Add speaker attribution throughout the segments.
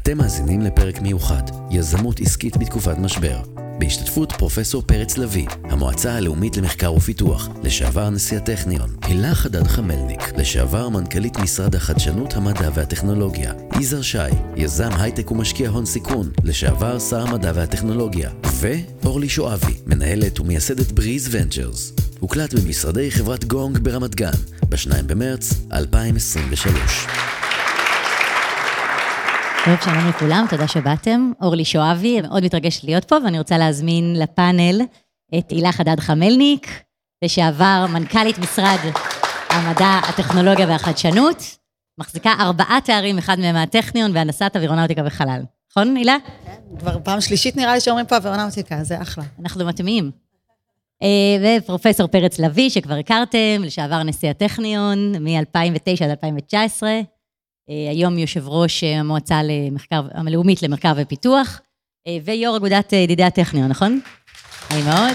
Speaker 1: אתם מאזינים לפרק מיוחד, יזמות עסקית בתקופת משבר. בהשתתפות פרופסור פרץ לוי, המועצה הלאומית למחקר ופיתוח, לשעבר נשיא הטכניון, הילה חדד חמלניק, לשעבר מנכ"לית משרד החדשנות, המדע והטכנולוגיה, יזהר שי, יזם הייטק ומשקיע הון סיכון, לשעבר שר המדע והטכנולוגיה, ואורלי שואבי, מנהלת ומייסדת בריז ונצ'רס. הוקלט במשרדי חברת גונג ברמת גן, ב-2 במרץ 2023.
Speaker 2: טוב, שלום לכולם, תודה שבאתם. אורלי שואבי, מאוד מתרגשת להיות פה, ואני רוצה להזמין לפאנל את הילה חדד חמלניק, לשעבר מנכ"לית משרד המדע, הטכנולוגיה והחדשנות, מחזיקה 4 תארים, אחד מהם מהטכניון, והנדסת אווירונאוטיקה וחלל. נכון, הילה?
Speaker 3: כן, כבר פעם שלישית נראה לי שאומרים פה אווירונאוטיקה, זה אחלה.
Speaker 2: אנחנו מתאימים. ופרופסור פרץ לוי, שכבר הכרתם, לשעבר נשיא הטכניון, מ-2009 עד 2019, היום יושב ראש המועצה הלאומית למחקר ופיתוח, ויו"ר אגודת ידידי הטכניון, נכון? נעים מאוד.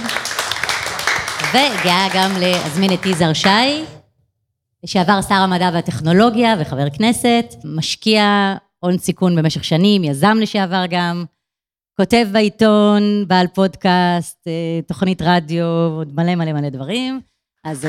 Speaker 2: וגאה גם להזמין את יזהר שי, לשעבר שר המדע והטכנולוגיה וחבר כנסת, משקיע הון סיכון במשך שנים, יזם לשעבר גם, כותב בעיתון, בעל פודקאסט, תוכנית רדיו, עוד מלא דברים. אז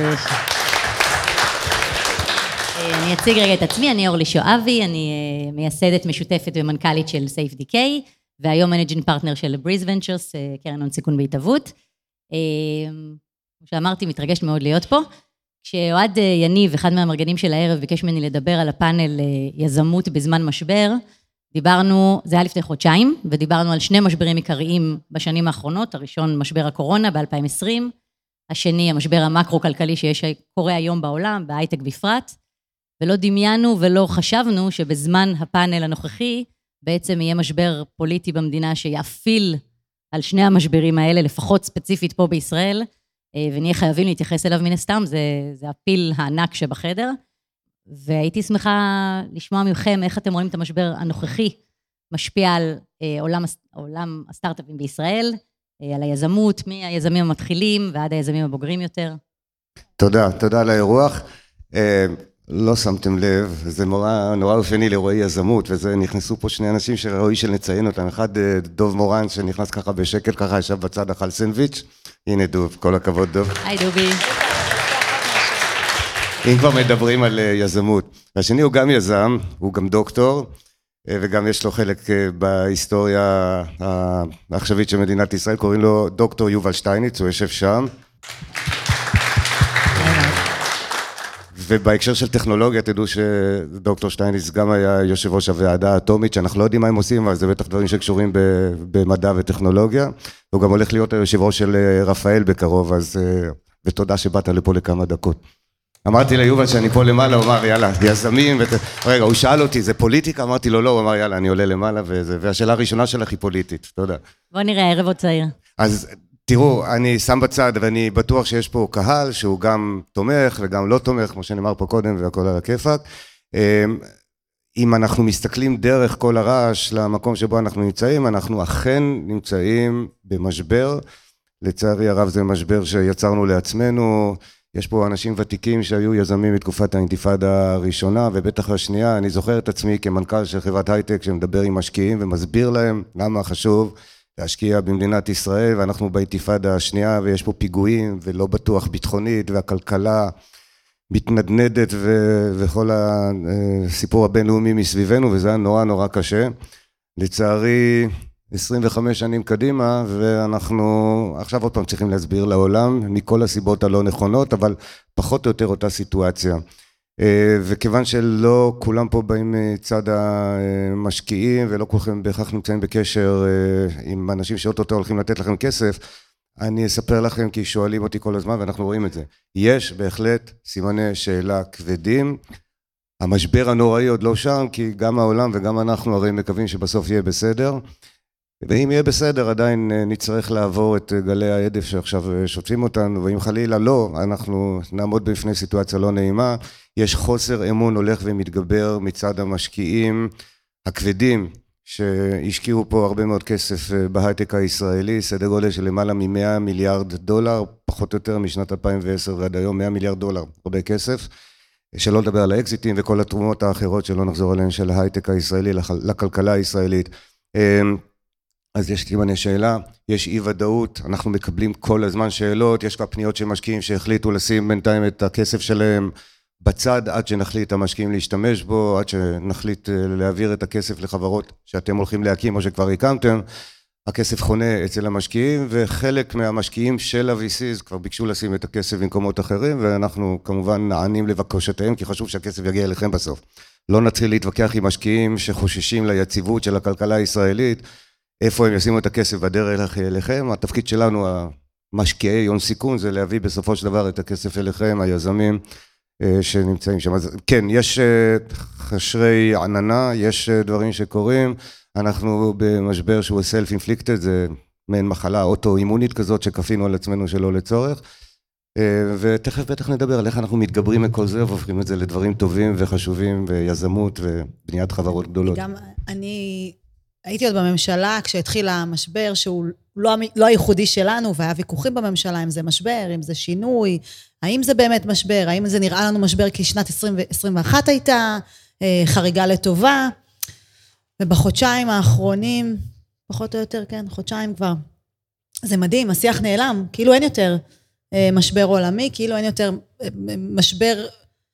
Speaker 2: אני אציג רגע את עצמי, אני אורלי שואבי, אני מייסדת משותפת ומנכ"לית של SafeDK, והיום מנג'ינג פרטנר של בריז ונצ'רס, קרן הון סיכון בהתהוות. כמו שאמרתי, מתרגשת מאוד להיות פה. כשאוהד יניב, אחד מהמארגנים של הערב, ביקש ממני לדבר על הפאנל יזמות בזמן משבר, דיברנו, זה היה לפני חודשיים, ודיברנו על 2 משברים עיקריים בשנים האחרונות, הראשון משבר הקורונה ב-2020, השני המשבר המקרו-כלכלי שיש קורה היום בעולם, בהייטק בפרט, ולא דמיינו ולא חשבנו שבזמן הפאנל הנוכחי, בעצם יהיה משבר פוליטי במדינה שיאפיל על 2 המשברים האלה, לפחות ספציפית פה בישראל, ונהיה חייבים להתייחס אליו מן הסתם, זה הפיל הענק שבחדר, והייתי שמחה לשמוע מכם איך אתם רואים את המשבר הנוכחי, משפיע על עולם הסטארט-אפים בישראל, על היזמות, מהיזמים המתחילים ועד היזמים הבוגרים יותר.
Speaker 4: תודה על האירוח. לא שמתם לב, זה נורא אופייני לאירועי יזמות, וזה נכנסו פה 2 אנשים שראוי שנציין אותם. אחד דוב מורן שנכנס ככה בשקל, ככה ישב בצד אכל סנדוויץ'. הנה דוב, כל הכבוד דוב.
Speaker 2: היי דובי.
Speaker 4: אם כבר מדברים על יזמות. והשני הוא גם יזם, הוא גם דוקטור, וגם יש לו חלק בהיסטוריה העכשווית של מדינת ישראל, קוראים לו דוקטור יובל שטייניץ, הוא יושב שם. ובהקשר של טכנולוגיה, תדעו שדוקטור שטייניץ גם היה יושב ראש הוועדה האטומית, שאנחנו לא יודעים מה הם עושים, אבל זה בטח דברים שקשורים במדע וטכנולוגיה. הוא גם הולך להיות היושב ראש של רפאל בקרוב, אז ותודה שבאת לפה לכמה דקות. אמרתי ליובל שאני פה למעלה, הוא אמר יאללה, יזמים, רגע, הוא שאל אותי, זה פוליטיקה? אמרתי לו לא, הוא אמר יאללה, אני עולה למעלה, והשאלה הראשונה שלך היא פוליטית, תודה.
Speaker 2: בוא נראה, ערב עוד צעיר.
Speaker 4: אז תראו, אני שם בצד, ואני בטוח שיש פה קהל שהוא גם תומך וגם לא תומך, כמו שנאמר פה קודם, והכל על הכיפק. אם אנחנו מסתכלים דרך כל הרעש למקום שבו אנחנו נמצאים, אנחנו אכן נמצאים במשבר. לצערי הרב זה משבר שיצרנו לעצמנו. יש פה אנשים ותיקים שהיו יזמים בתקופת האינתיפאדה הראשונה, ובטח השנייה. אני זוכר את עצמי כמנכ"ל של חברת הייטק שמדבר עם משקיעים ומסביר להם למה חשוב להשקיע במדינת ישראל, ואנחנו באינתיפאדה השנייה, ויש פה פיגועים, ולא בטוח ביטחונית, והכלכלה מתנדנדת, וכל הסיפור הבינלאומי מסביבנו, וזה היה נורא קשה. לצערי, 25 שנים קדימה, ואנחנו עכשיו עוד פעם צריכים להסביר לעולם, מכל הסיבות הלא נכונות, אבל פחות או יותר אותה סיטואציה. וכיוון שלא כולם פה באים מצד המשקיעים, ולא כולכם בהכרח נמצאים בקשר עם אנשים שאו-טו-טו הולכים לתת לכם כסף, אני אספר לכם כי שואלים אותי כל הזמן, ואנחנו רואים את זה. יש בהחלט סימני שאלה כבדים, המשבר הנוראי עוד לא שם, כי גם העולם וגם אנחנו הרי מקווים שבסוף יהיה בסדר, ואם יהיה בסדר עדיין נצטרך לעבור את גלי העדף שעכשיו שוטפים אותנו, ואם חלילה לא, אנחנו נעמוד בפני סיטואציה לא נעימה, יש חוסר אמון הולך ומתגבר מצד המשקיעים הכבדים, שהשקיעו פה הרבה מאוד כסף בהייטק הישראלי, סדר גודל של למעלה מ$100 מיליארד, פחות או יותר משנת 2010 ועד היום $100 מיליארד, הרבה כסף. שלא לדבר על האקזיטים וכל התרומות האחרות שלא נחזור עליהן של ההייטק הישראלי לכלכלה הישראלית. אז יש לי שאלה, יש אי ודאות, אנחנו מקבלים כל הזמן שאלות, יש כבר פניות של משקיעים שהחליטו לשים בינתיים את הכסף שלהם בצד עד שנחליט המשקיעים להשתמש בו, עד שנחליט להעביר את הכסף לחברות שאתם הולכים להקים או שכבר הקמתם, הכסף חונה אצל המשקיעים, וחלק מהמשקיעים של ה-VCs כבר ביקשו לשים את הכסף במקומות אחרים, ואנחנו כמובן נענים לבקשותיהם, כי חשוב שהכסף יגיע אליכם בסוף. לא נתחיל להתווכח עם משקיעים שחוששים ליציבות של הכלכלה הישראלית, איפה הם ישימו את הכסף בדרך אליכם. התפקיד שלנו, המשקיעי הון סיכון, זה להביא בסופו של דבר את הכסף אליכם, היזמים שנמצאים שם. אז כן, יש חשרי עננה, יש דברים שקורים, אנחנו במשבר שהוא self-inflicted, זה מעין מחלה אוטו-אימונית כזאת שכפינו על עצמנו שלא לצורך, ותכף בטח נדבר על איך אנחנו מתגברים מכל זה והופכים את זה לדברים טובים וחשובים ויזמות ובניית חברות גדולות.
Speaker 3: גם אני הייתי עוד בממשלה כשהתחיל המשבר שהוא לא הייחודי שלנו, והיה ויכוחים בממשלה אם זה משבר, אם זה שינוי, האם זה באמת משבר, האם זה נראה לנו משבר כי שנת 2021 הייתה חריגה לטובה, ובחודשיים האחרונים, פחות או יותר, כן, חודשיים כבר, זה מדהים, השיח נעלם, כאילו אין יותר משבר עולמי, כאילו אין יותר משבר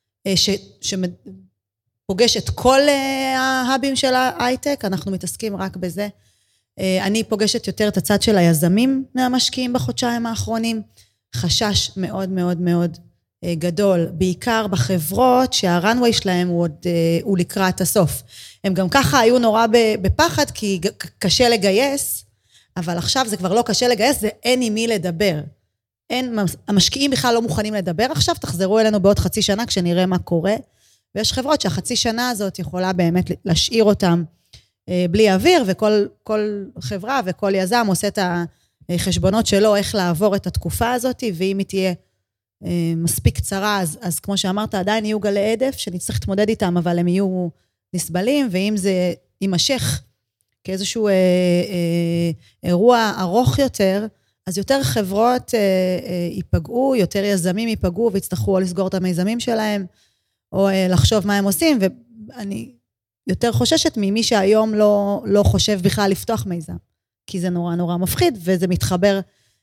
Speaker 3: שפוגש את כל ההאבים של ההייטק, אנחנו מתעסקים רק בזה. אני פוגשת יותר את הצד של היזמים מהמשקיעים בחודשיים האחרונים, חשש מאוד מאוד מאוד גדול, בעיקר בחברות שהרנווי שלהם הוא לקראת הסוף. הם גם ככה היו נורא בפחד, כי קשה לגייס, אבל עכשיו זה כבר לא קשה לגייס, זה אין עם מי לדבר. המשקיעים בכלל לא מוכנים לדבר עכשיו, תחזרו אלינו בעוד חצי שנה כשנראה מה קורה, ויש חברות שהחצי שנה הזאת יכולה באמת להשאיר אותם בלי אוויר, וכל חברה וכל יזם עושה את החשבונות שלו, איך לעבור את התקופה הזאת, ואם היא תהיה מספיק קצרה, אז כמו שאמרת, עדיין יהיו גלי עדף, שנצטרך להתמודד איתם, אבל הם יהיו נסבלים, ואם זה יימשך כאיזשהו אירוע ארוך יותר, אז יותר חברות ייפגעו, יותר יזמים ייפגעו, ויצטרכו או לסגור את המיזמים שלהם, או לחשוב מה הם עושים, ואני יותר חוששת ממי שהיום לא חושב בכלל לפתוח מיזם, כי זה נורא נורא מפחיד, וזה מתחבר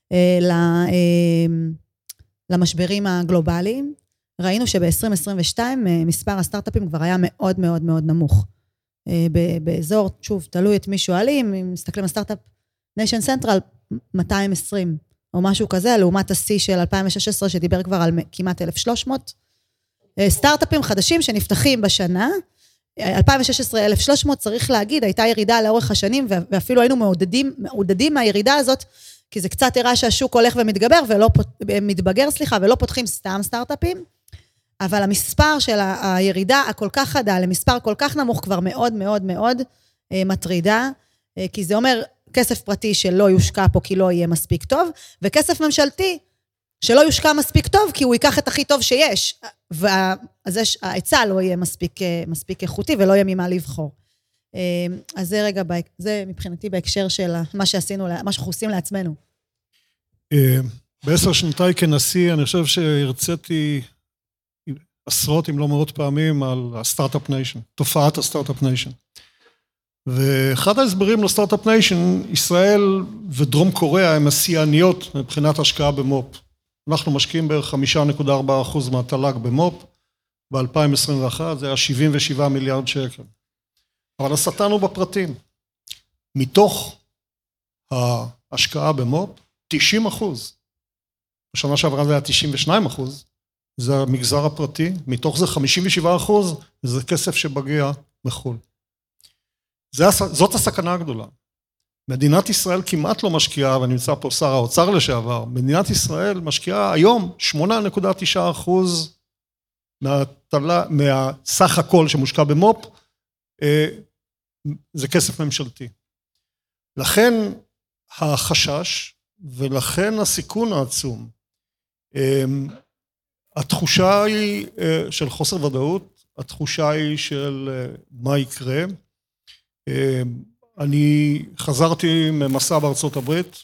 Speaker 3: למשברים הגלובליים. ראינו שב-2022 מספר הסטארט-אפים כבר היה מאוד מאוד מאוד נמוך. באזור, שוב, תלוי את מי שואלים, אם מסתכלים על סטארט-אפ ניישן סנטרל, 220 או משהו כזה, לעומת השיא של 2016 שדיבר כבר על כמעט 1,300. סטארט-אפים חדשים שנפתחים בשנה, 2016 1,300 צריך להגיד, הייתה ירידה לאורך השנים, ואפילו היינו מעודדים מהירידה הזאת, כי זה קצת הראה שהשוק הולך ומתגבר, ולא פותחים סתם סטארט-אפים, אבל המספר של הירידה הכל כך חדה, למספר כל כך נמוך כבר מאוד מאוד מאוד מטרידה, כי זה אומר כסף פרטי שלא יושקע פה כי לא יהיה מספיק טוב, וכסף ממשלתי שלא יושקע מספיק טוב כי הוא ייקח את הכי טוב שיש, אז ההיצע לא יהיה מספיק איכותי ולא יהיה ממה לבחור. אז זה רגע, זה מבחינתי בהקשר של מה שעשינו, מה שאנחנו עושים לעצמנו.
Speaker 5: ב10 שנותיי כנשיא, אני חושב שהרציתי עשרות אם לא מאות פעמים על הסטארט-אפ ניישן, תופעת הסטארט-אפ ניישן. ואחד ההסברים לסטארט-אפ ניישן, ישראל ודרום קוריאה הם השיאניות מבחינת השקעה במו"פ. אנחנו משקיעים בערך 5.4% מהתל"ג במו"פ, ב-2021 זה היה 77 מיליארד שקל. אבל השטן הוא בפרטים. מתוך ההשקעה במו"פ, 90%, בשנה שעברה זה היה 92%, זה המגזר הפרטי, מתוך זה 57%, זה כסף שבגיע מחול. זאת הסכנה הגדולה. מדינת ישראל כמעט לא משקיעה, ואני נמצא פה שר האוצר לשעבר, מדינת ישראל משקיעה היום 8.9% מהסך הכל שמושקע במו"פ, זה כסף ממשלתי. לכן החשש, ולכן הסיכון העצום, התחושה היא של חוסר ודאות, התחושה היא של מה יקרה. אני חזרתי ממסע בארצות הברית,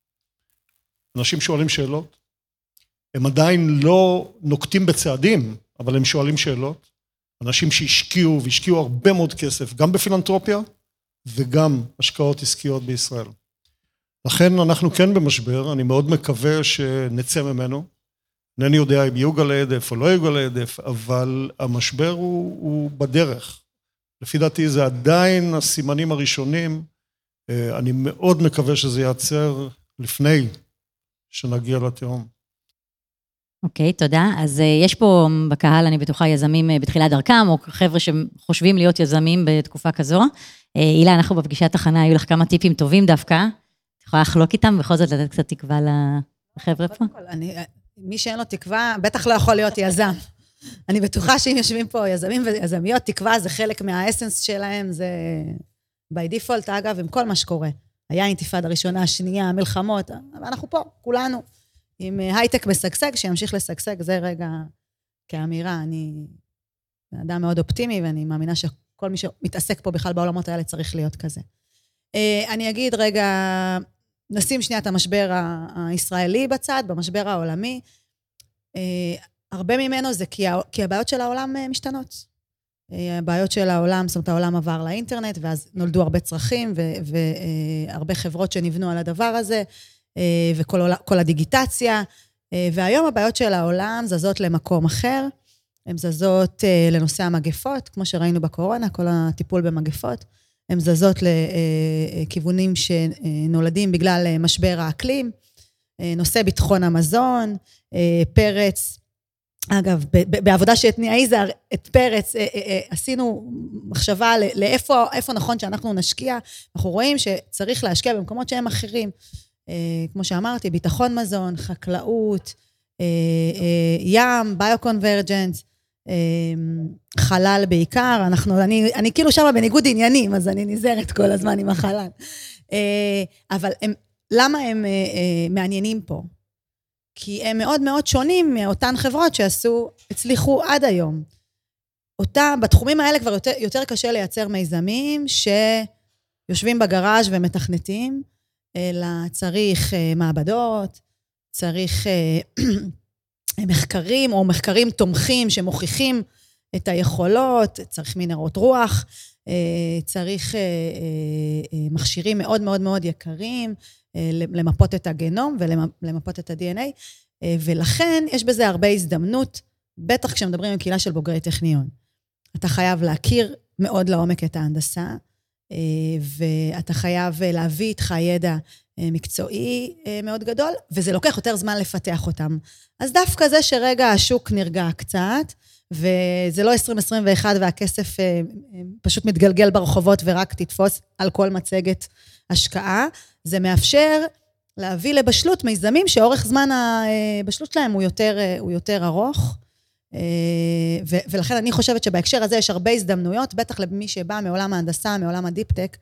Speaker 5: אנשים שואלים שאלות, הם עדיין לא נוקטים בצעדים, אבל הם שואלים שאלות. אנשים שהשקיעו, והשקיעו הרבה מאוד כסף, גם בפילנתרופיה, וגם השקעות עסקיות בישראל. לכן אנחנו כן במשבר, אני מאוד מקווה שנצא ממנו. אינני יודע אם יהיו גלי עדף או לא יהיו גלי עדף, אבל המשבר הוא בדרך. לפי דעתי זה עדיין הסימנים הראשונים, אני מאוד מקווה שזה ייעצר לפני שנגיע לתהום.
Speaker 2: אוקיי, תודה. אז יש פה בקהל, אני בטוחה, יזמים בתחילת דרכם, או חבר'ה שחושבים להיות יזמים בתקופה כזו. הילה, אנחנו בפגישת הכנה, היו לך כמה טיפים טובים דווקא. את יכולה לחלוק איתם, בכל זאת לתת קצת תקווה לחבר'ה פה?
Speaker 3: מי שאין לו תקווה, בטח לא יכול להיות יזם. אני בטוחה שאם יושבים פה יזמים ויזמיות, תקווה זה חלק מהאסנס שלהם, זה by default, אגב, עם כל מה שקורה. היה אינתיפאדה הראשונה, השנייה, מלחמות, אנחנו פה, כולנו. עם הייטק משגשג, שימשיך לשגשג, זה רגע כאמירה, אני אדם מאוד אופטימי, ואני מאמינה שכל מי שמתעסק פה בכלל בעולמות האלה צריך להיות כזה. אני אגיד רגע, נשים שנייה את המשבר הישראלי בצד, במשבר העולמי, הרבה ממנו זה כי הבעיות של העולם משתנות. הבעיות של העולם, זאת אומרת, העולם עבר לאינטרנט, ואז נולדו הרבה צרכים, והרבה חברות שנבנו על הדבר הזה, וכל הדיגיטציה, והיום הבעיות של העולם זזות למקום אחר, הן זזות לנושא המגפות, כמו שראינו בקורונה, כל הטיפול במגפות, הן זזות לכיוונים שנולדים בגלל משבר האקלים, נושא ביטחון המזון, פרץ, אגב, בעבודה שהתניעה איזר, את פרץ, עשינו מחשבה לאיפה נכון שאנחנו נשקיע, אנחנו רואים שצריך להשקיע במקומות שהם אחרים, כמו שאמרתי, ביטחון מזון, חקלאות, ים, ביו-קונברג'נס, חלל בעיקר, אני כאילו שמה בניגוד עניינים, אז אני נזהרת כל הזמן עם החלל. אבל למה הם מעניינים פה? כי הם מאוד מאוד שונים מאותן חברות הצליחו עד היום. בתחומים האלה כבר יותר קשה לייצר מיזמים שיושבים בגראז' ומתכנתים, אלא צריך מעבדות, צריך מחקרים או מחקרים תומכים שמוכיחים את היכולות, צריך מנהרות רוח, צריך מכשירים מאוד מאוד מאוד יקרים, למפות את הגנום ולמפות את ה-DNA, ולכן יש בזה הרבה הזדמנות, בטח כשמדברים עם קהילה של בוגרי טכניון. אתה חייב להכיר מאוד לעומק את ההנדסה, ואתה חייב להביא איתך ידע מקצועי מאוד גדול, וזה לוקח יותר זמן לפתח אותם. אז דווקא זה שרגע השוק נרגע קצת, וזה לא 2021 והכסף פשוט מתגלגל ברחובות ורק תתפוס על כל מצגת השקעה, זה מאפשר להביא לבשלות מיזמים שאורך זמן הבשלות שלהם הוא יותר ארוך, ולכן אני חושבת שבהקשר הזה יש הרבה הזדמנויות, בטח למי שבא מעולם ההנדסה, מעולם הדיפ-טק,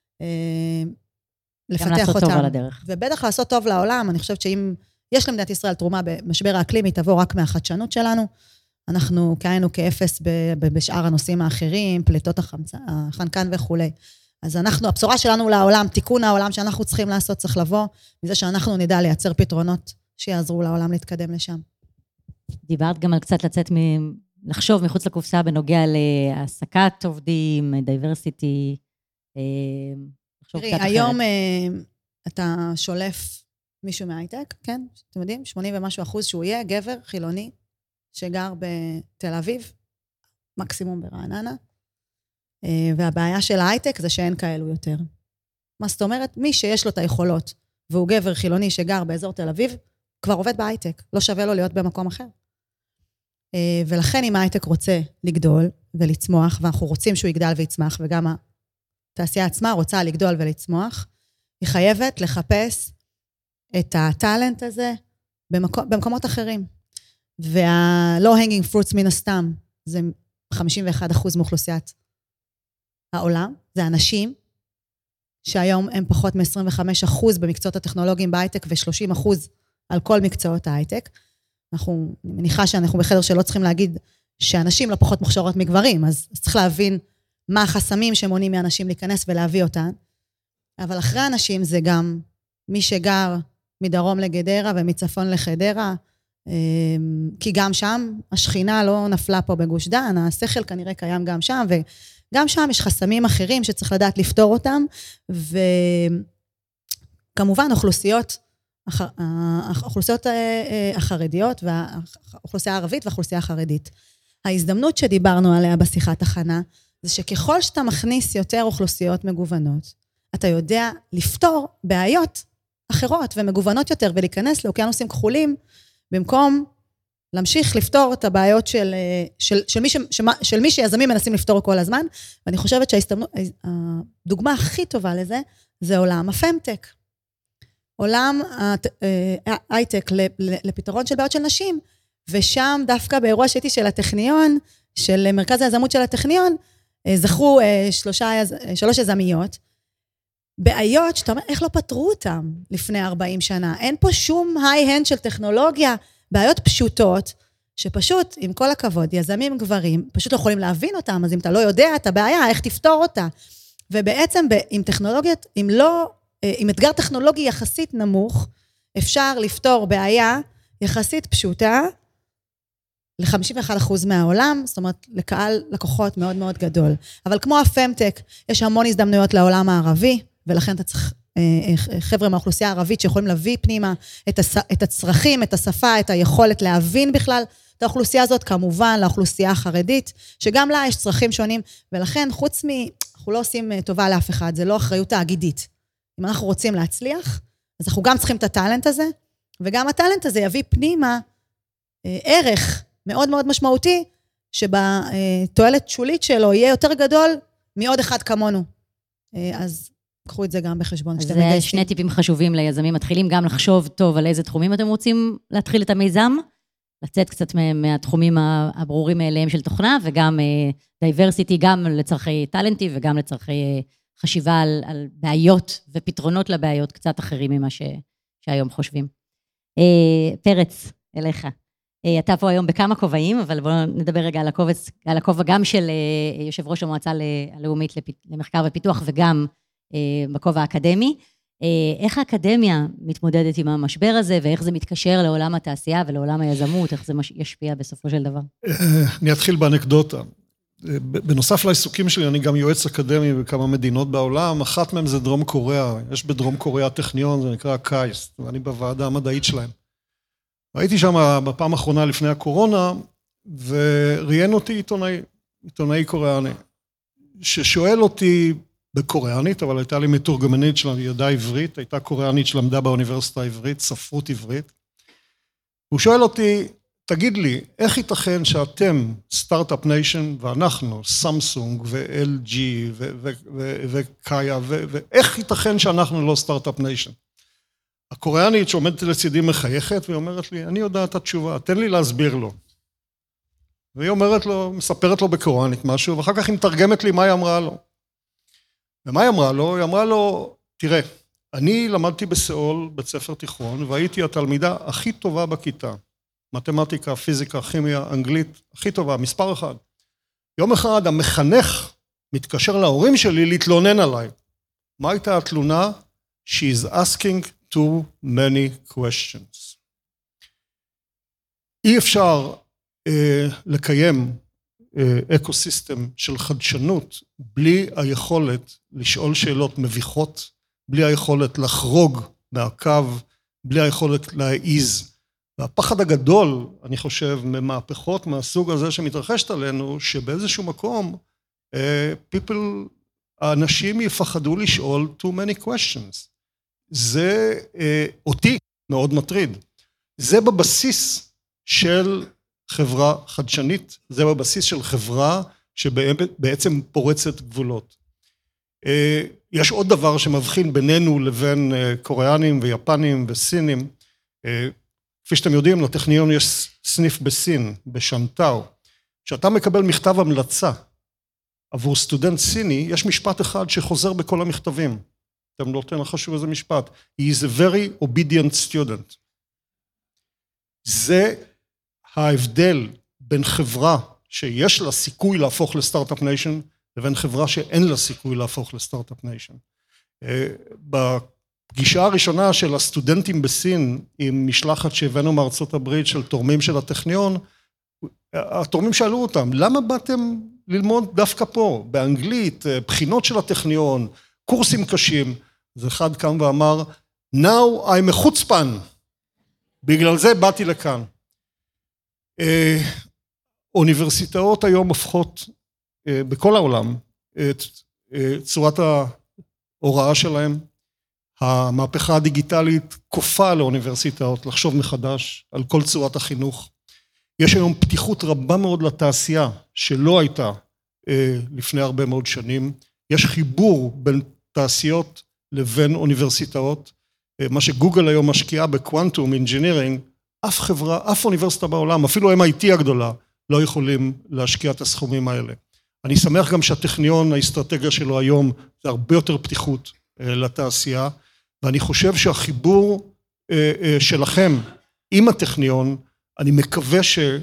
Speaker 3: לפתח אותם. ובטח לעשות טוב לעולם, אני חושבת שאם יש למדינת ישראל תרומה במשבר האקלים, היא תבוא רק מהחדשנות שלנו, אנחנו כהיינו כאפס בשאר הנושאים האחרים, פליטות החנקן וכו'. אז הבשורה שלנו לעולם, תיקון העולם שאנחנו צריכים לעשות, צריך לבוא, מזה שאנחנו נדע לייצר פתרונות שיעזרו לעולם להתקדם לשם.
Speaker 2: דיברת גם על קצת לחשוב מחוץ לקופסה בנוגע להעסקת עובדים, דייברסיטי.
Speaker 3: תראי, היום אתה שולף מישהו מההייטק, כן? אתם יודעים, 80 ומשהו אחוז שהוא יהיה גבר חילוני, שגר בתל אביב, מקסימום ברעננה, והבעיה של ההייטק זה שאין כאלו יותר. מה זאת אומרת? מי שיש לו את היכולות, והוא גבר חילוני שגר באזור תל אביב, כבר עובד בהייטק, לא שווה לו להיות במקום אחר. ולכן אם ההייטק רוצה לגדול ולצמוח, ואנחנו רוצים שהוא יגדל ויצמח, וגם התעשייה עצמה רוצה לגדול ולצמוח, היא חייבת לחפש את הטלנט הזה במקומות אחרים. וה-low hanging fruits מן הסתם, זה 51% מאוכלוסיית העולם, זה אנשים שהיום הם פחות מ-25% במקצועות הטכנולוגיים בהייטק, ו-30% על כל מקצועות ההייטק. אני מניחה שאנחנו בחדר שלא צריכים להגיד שאנשים לא פחות מוכשרות מגברים, אז צריך להבין מה החסמים שמונעים מאנשים להיכנס ולהביא אותן. אבל אחרי אנשים זה גם מי שגר מדרום לגדרה ומצפון לחדרה, כי גם שם השכינה לא נפלה פה בגוש דן, השכל כנראה קיים גם שם, וגם שם יש אחרים שצריך לדעת לפתור אותם, וכמובן אוכלוסיות החרדיות, והאוכלוסייה הערבית והאוכלוסייה החרדית. ההזדמנות שדיברנו עליה בשיחת הכנה, זה שככל שאתה מכניס יותר אוכלוסיות מגוונות, אתה יודע לפתור בעיות אחרות ומגוונות יותר, ולהיכנס לאוקיינוסים כחולים, במקום להמשיך לפתור את הבעיות של מי שיזמים מנסים לפתור כל הזמן, ואני חושבת שהדוגמה הכי טובה לזה, זה עולם הפמטק. עולם ההייטק לפתרון של בעיות של נשים, ושם דווקא באירוע שהייתי של הטכניון, של מרכז היזמות של הטכניון, זכרו 3 יזמיות, בעיות שאתה אומר, איך לא פתרו אותם לפני 40 שנה? אין פה שום היי-הנד של טכנולוגיה, בעיות פשוטות, שפשוט, עם כל הכבוד, יזמים גברים, פשוט לא יכולים להבין אותם, אז אם אתה לא יודע את הבעיה, איך תפתור אותה? ובעצם, עם טכנולוגיות, עם אתגר טכנולוגי יחסית נמוך, אפשר לפתור בעיה יחסית פשוטה, ל-51% מהעולם, זאת אומרת, לקהל לקוחות מאוד מאוד גדול. אבל כמו הפמטק, יש המון הזדמנויות לעולם הערבי, ולכן אתה צריך חבר'ה מהאוכלוסייה הערבית שיכולים להביא פנימה את הצרכים, את השפה, את היכולת להבין בכלל את האוכלוסייה הזאת, כמובן לאוכלוסייה החרדית, שגם לה יש צרכים שונים, ולכן חוץ אנחנו לא עושים טובה לאף אחד, זה לא אחריות תאגידית. אם אנחנו רוצים להצליח, אז אנחנו גם צריכים את הטלנט הזה, וגם הטלנט הזה יביא פנימה ערך מאוד מאוד משמעותי, שבתועלת שולית שלו יהיה יותר גדול מעוד אחד כמונו. אז קחו את זה גם בחשבון.
Speaker 2: אז זה 2 טיפים חשובים ליזמים. מתחילים גם לחשוב טוב על איזה תחומים אתם רוצים להתחיל את המיזם, לצאת קצת מהתחומים הברורים מאליהם של תוכנה, וגם דייברסיטי, גם לצרכי טלנטי, וגם לצרכי חשיבה על בעיות ופתרונות לבעיות קצת אחרים ממה שהיום חושבים. פרץ, אליך. אתה פה היום בכמה כובעים, אבל בואו נדבר רגע על הכובע גם של יושב ראש המועצה הלאומית למחקר ופיתוח, וגם בכובע האקדמי. איך האקדמיה מתמודדת עם המשבר הזה, ואיך זה מתקשר לעולם התעשייה ולעולם היזמות, איך זה ישפיע בסופו של דבר?
Speaker 5: אני אתחיל באנקדוטה. בנוסף לעיסוקים שלי, אני גם יועץ אקדמי בכמה מדינות בעולם, אחת מהם זה דרום קוריאה. יש בדרום קוריאה טכניון, זה נקרא קייסט, ואני בוועדה המדעית שלהם. הייתי שם בפעם האחרונה לפני הקורונה, וראיין אותי עיתונאי קוריאני, ששואל אותי בקוריאנית, אבל הייתה לי מתורגמנית שידעה עברית, הייתה קוריאנית שלמדה באוניברסיטה העברית, ספרות עברית. הוא שואל אותי, תגיד לי, איך ייתכן שאתם סטארט-אפ ניישן, ואנחנו, סמסונג ו-LG וקאיה, ואיך ייתכן שאנחנו לא סטארט-אפ ניישן? הקוריאנית שעומדת לצידי מחייכת, והיא אומרת לי, אני יודעת את התשובה, תן לי להסביר לו. והיא אומרת לו, מספרת לו בקוריאנית משהו, ואחר כך היא מתרגמת לי מה היא אמרה לו. ומה היא אמרה לו? היא אמרה לו, תראה, אני למדתי בסיאול, בית ספר תיכון, והייתי התלמידה הכי טובה בכיתה. מתמטיקה, פיזיקה, כימיה, אנגלית, הכי טובה, מספר 1. יום אחד המחנך מתקשר להורים שלי להתלונן עליי. מה הייתה התלונה? She is asking too many questions. אי אפשר לקיים אקוסיסטם של חדשנות בלי היכולת לשאול שאלות מביכות, בלי היכולת לחרוג מהקו, בלי היכולת להעיז. והפחד הגדול, אני חושב, ממהפכות מהסוג הזה שמתרחשת עלינו, שבאיזשהו מקום, האנשים יפחדו לשאול too many questions. זה אותי מאוד מטריד. זה בבסיס של חברה חדשנית, זה בבסיס של חברה שבעצם פורצת גבולות. יש עוד דבר שמבחין בינינו לבין קוריאנים ויפנים וסינים. כפי שאתם יודעים, לטכניון יש סניף בסין, בשנטאו. כשאתה מקבל מכתב המלצה עבור סטודנט סיני, יש משפט אחד שחוזר בכל המכתבים. אתם לא תנחשו איזה משפט. He is a very obedient student. זה ההבדל בין חברה שיש לה סיכוי להפוך לסטארט-אפ ניישן, לבין חברה שאין לה סיכוי להפוך לסטארט-אפ ניישן. הפגישה הראשונה של הסטודנטים בסין עם משלחת שהבאנו מארצות הברית של תורמים של הטכניון, התורמים שאלו אותם, למה באתם ללמוד דווקא פה, באנגלית, בחינות של הטכניון, קורסים קשים? אז אחד קם ואמר, now I'm a חוצפן, בגלל זה באתי לכאן. אוניברסיטאות היום הופכות בכל העולם את צורת ההוראה שלהם, המהפכה הדיגיטלית כופה לאוניברסיטאות לחשוב מחדש על כל צורת החינוך. יש היום פתיחות רבה מאוד לתעשייה שלא הייתה לפני הרבה מאוד שנים. יש חיבור בין תעשיות לבין אוניברסיטאות. מה שגוגל היום משקיעה בקוונטום אינג'ינירינג, אף חברה, אף אוניברסיטה בעולם, אפילו MIT הגדולה, לא יכולים להשקיע את הסכומים האלה. אני שמח גם שהטכניון, האסטרטגיה שלו היום, זה הרבה יותר פתיחות לתעשייה, ואני חושב שהחיבור שלכם עם הטכניון, אני מקווה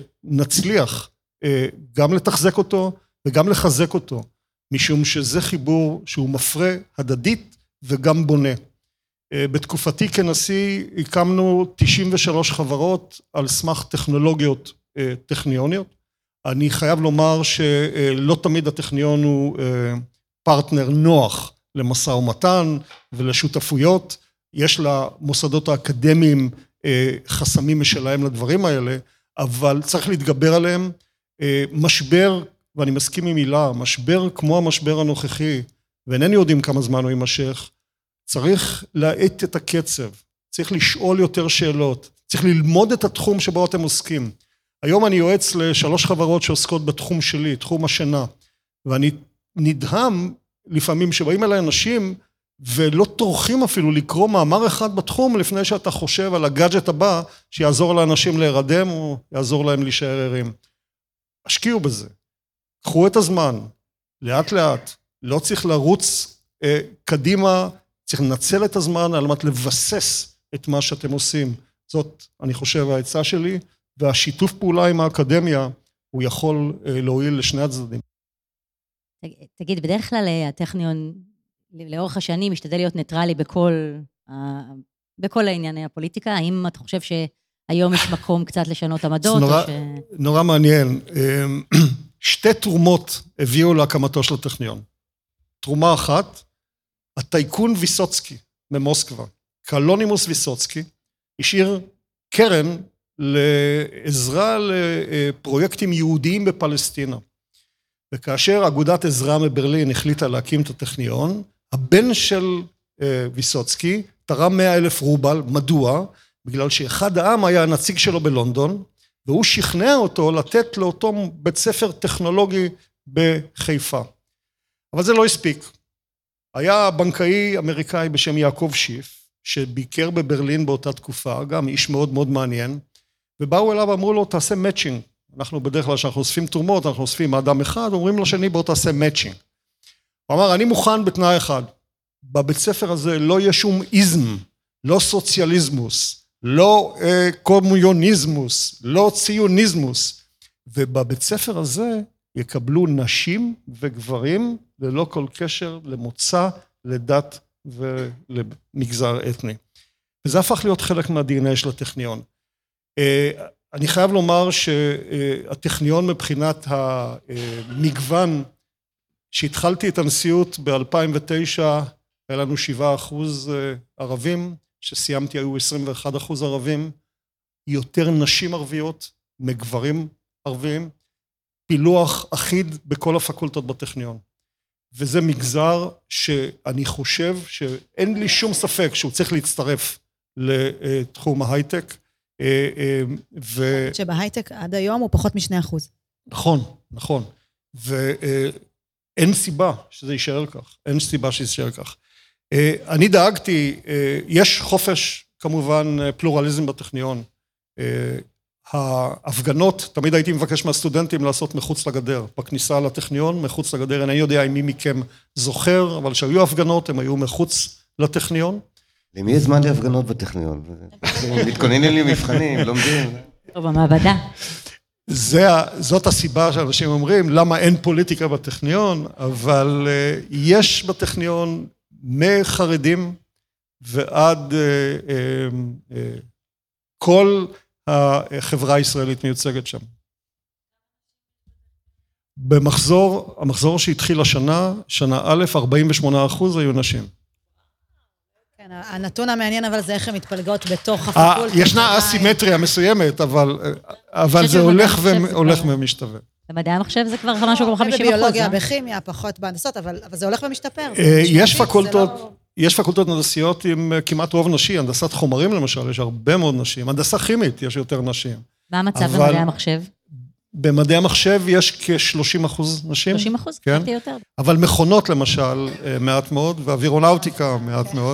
Speaker 5: שנצליח גם לתחזק אותו וגם לחזק אותו, משום שזה חיבור שהוא מפרה הדדית וגם בונה. בתקופתי כנשיא הקמנו 93 חברות על סמך טכנולוגיות טכניוניות. אני חייב לומר שלא תמיד הטכניון הוא פרטנר נוח למשא ומתן ולשותפויות. יש למוסדות האקדמיים חסמים משלהם לדברים האלה, אבל צריך להתגבר עליהם. משבר, ואני מסכים עם מילה, משבר כמו המשבר הנוכחי, ואינני יודעים כמה זמן הוא יימשך, צריך להאט את הקצב, צריך לשאול יותר שאלות, צריך ללמוד את התחום שבו אתם עוסקים. היום אני יועץ ל3 חברות שעוסקות בתחום שלי, תחום השינה, ואני נדהם לפעמים שבאים אליי אנשים ולא טורחים אפילו לקרוא מאמר אחד בתחום לפני שאתה חושב על הגאדג'ט הבא שיעזור לאנשים להירדם או יעזור להם להישאר ערים. השקיעו בזה, קחו את הזמן, לאט לאט, לא צריך לרוץ קדימה, צריך לנצל את הזמן על מנת לבסס את מה שאתם עושים. זאת, אני חושב, העצה שלי, והשיתוף פעולה עם האקדמיה, הוא יכול להועיל לשני הצדדים.
Speaker 2: תגיד, בדרך כלל הטכניון, לאורך השנים, משתדל להיות ניטרלי בכל הענייני הפוליטיקה. האם אתה חושב שהיום יש מקום קצת לשנות עמדות?
Speaker 5: נורא מעניין. 2 תרומות הביאו להקמתו של הטכניון. תרומה אחת, הטייקון ויסוצקי ממוסקבה, קלונימוס ויסוצקי, השאיר קרן לעזרה לפרויקטים יהודיים בפלסטינה. וכאשר אגודת עזרא מברלין החליטה להקים את הטכניון, הבן של ויסוצקי תרם 100,000 רובל. מדוע? בגלל שאחד העם היה הנציג שלו בלונדון, והוא שכנע אותו לתת לאותו בית ספר טכנולוגי בחיפה. אבל זה לא הספיק. היה בנקאי אמריקאי בשם יעקב שיף, שביקר בברלין באותה תקופה, גם איש מאוד מאוד מעניין, ובאו אליו ואמרו לו, תעשה מאצ'ינג. אנחנו בדרך כלל שאנחנו אוספים תרומות, אנחנו אוספים אדם אחד, אומרים לשני, בוא תעשה מאצ'ינג. הוא אמר, אני מוכן בתנאי אחד, בבית ספר הזה לא יהיה שום איזם, לא סוציאליזמוס, לא קומוניזמוס, לא ציוניזמוס, ובבית ספר הזה יקבלו נשים וגברים ללא כל קשר למוצא, לדת ולמגזר אתני. וזה הפך להיות חלק מה-DNA של הטכניון. אני חייב לומר שהטכניון מבחינת המגוון, שהתחלתי את הנשיאות ב-2009, היה לנו 7% ערבים, שסיימתי היו 21% ערבים, יותר נשים ערביות מגברים ערבים, פילוח אחיד בכל הפקולטות בטכניון. וזה מגזר שאני חושב שאין לי שום ספק שהוא צריך להצטרף לתחום ההייטק.
Speaker 3: שבהייטק עד היום הוא פחות מ2%.
Speaker 5: נכון, נכון. ואין סיבה שזה יישאר כך. אין סיבה שזה יישאר כך. אני דאגתי, יש חופש, כמובן, פלורליזם בטכניון. ההפגנות, תמיד הייתי מבקש מהסטודנטים לעשות מחוץ לגדר, בכניסה לטכניון, מחוץ לגדר, אני יודע אם מי מכם זוכר, אבל שהיו הפגנות, הם היו מחוץ לטכניון.
Speaker 4: למי יש זמן להפגנות בטכניון? מתכוננים לי מבחנים, לומדים.
Speaker 2: טוב, במעבדה.
Speaker 5: זאת הסיבה שאנשים אומרים, למה אין פוליטיקה בטכניון, אבל יש בטכניון מחרדים ועד כל החברה הישראלית מיוצגת שם. המחזור שהתחיל השנה, שנה א', 48% היו נשים.
Speaker 3: כן, הנתון המעניין אבל זה איך הן מתפלגות בתוך הפקולטה.
Speaker 5: ישנה אסימטריה מסוימת, אבל זה הולך ומשתווה.
Speaker 2: במדעי המחשב זה כבר משהו כמו 50%.
Speaker 3: בביולוגיה, בכימיה, פחות בהנדסות, אבל זה הולך ומשתפר.
Speaker 5: יש פקולטות הנדסיות עם כמעט רוב נשי, הנדסת חומרים למשל, יש הרבה מאוד נשים, הנדסה כימית יש יותר נשים.
Speaker 2: מה המצב במדעי המחשב?
Speaker 5: במדעי המחשב יש כ-30% נשים.
Speaker 2: 30%?
Speaker 5: כן. יותר. אבל מכונות למשל, מעט מאוד, ואווירונאוטיקה מעט מאוד.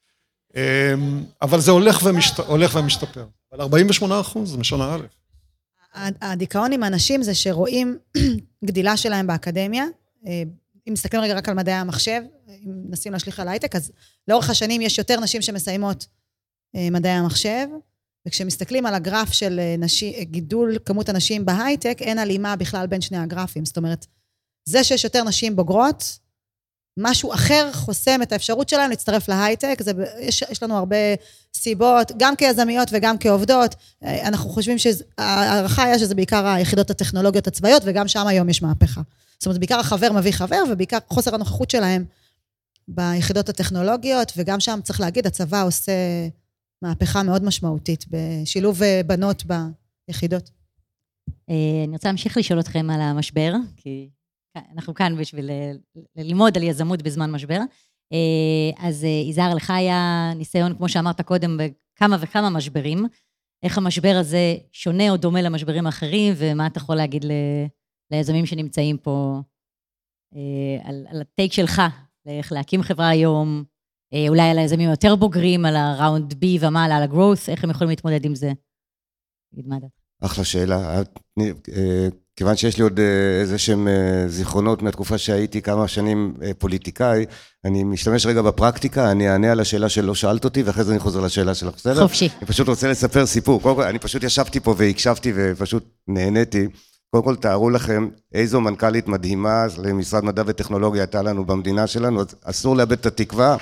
Speaker 5: אבל זה הולך ומשתפר. אבל 48% זה משנה א'.
Speaker 3: הדיכאון עם אנשים זה שרואים גדילה שלהם באקדמיה, אם מסתכלים רגע רק על מדעי המחשב, אם נשים להשליך על הייטק, אז לאורך השנים יש יותר נשים שמסיימות מדעי המחשב, וכשמסתכלים על הגרף של גידול כמות הנשים בהייטק, אין הלימה בכלל בין שני הגרפים. זאת אומרת, זה שיש יותר נשים בוגרות, משהו אחר חוסם את האפשרות שלהם להצטרף להייטק, יש לנו הרבה סיבות, גם כיזמיות וגם כעובדות, אנחנו חושבים שהערכה היה שזה בעיקר היחידות הטכנולוגיות הצבאיות, וגם שם היום יש מהפכה. זאת אומרת, בעיקר החבר מביא חבר, ובעיקר חוסר הנוכחות שלהם ביחידות הטכנולוגיות, וגם שם צריך להגיד, הצבא עושה מהפכה מאוד משמעותית, בשילוב בנות ביחידות.
Speaker 2: אני רוצה להמשיך לשאול אתכם על המשבר, כי אנחנו כאן בשביל ללמוד על יזמות בזמן משבר. אז יזהר, לך היה ניסיון, כמו שאמרת קודם, בכמה וכמה משברים. איך המשבר הזה שונה או דומה למשברים האחרים, ומה אתה יכול להגיד ליזמים שנמצאים פה, על הטייק שלך, איך להקים חברה היום, אולי על היזמים יותר בוגרים, על הראונד B ומעלה, על הגרוס, איך הם יכולים להתמודד עם זה?
Speaker 4: אחלה שאלה. כיוון שיש לי עוד איזה שהם זיכרונות מהתקופה שהייתי כמה שנים פוליטיקאי, אני משתמש רגע בפרקטיקה, אני אענה על השאלה שלא שאלת אותי, ואחרי זה אני חוזר לשאלה שלך.
Speaker 2: חופשי.
Speaker 4: אני פשוט רוצה לספר סיפור. קודם כל, אני פשוט ישבתי פה והקשבתי ופשוט נהניתי. קודם כל, תארו לכם איזו מנכ"לית מדהימה למשרד מדע וטכנולוגיה הייתה לנו במדינה שלנו, אז אסור לאבד את התקווה.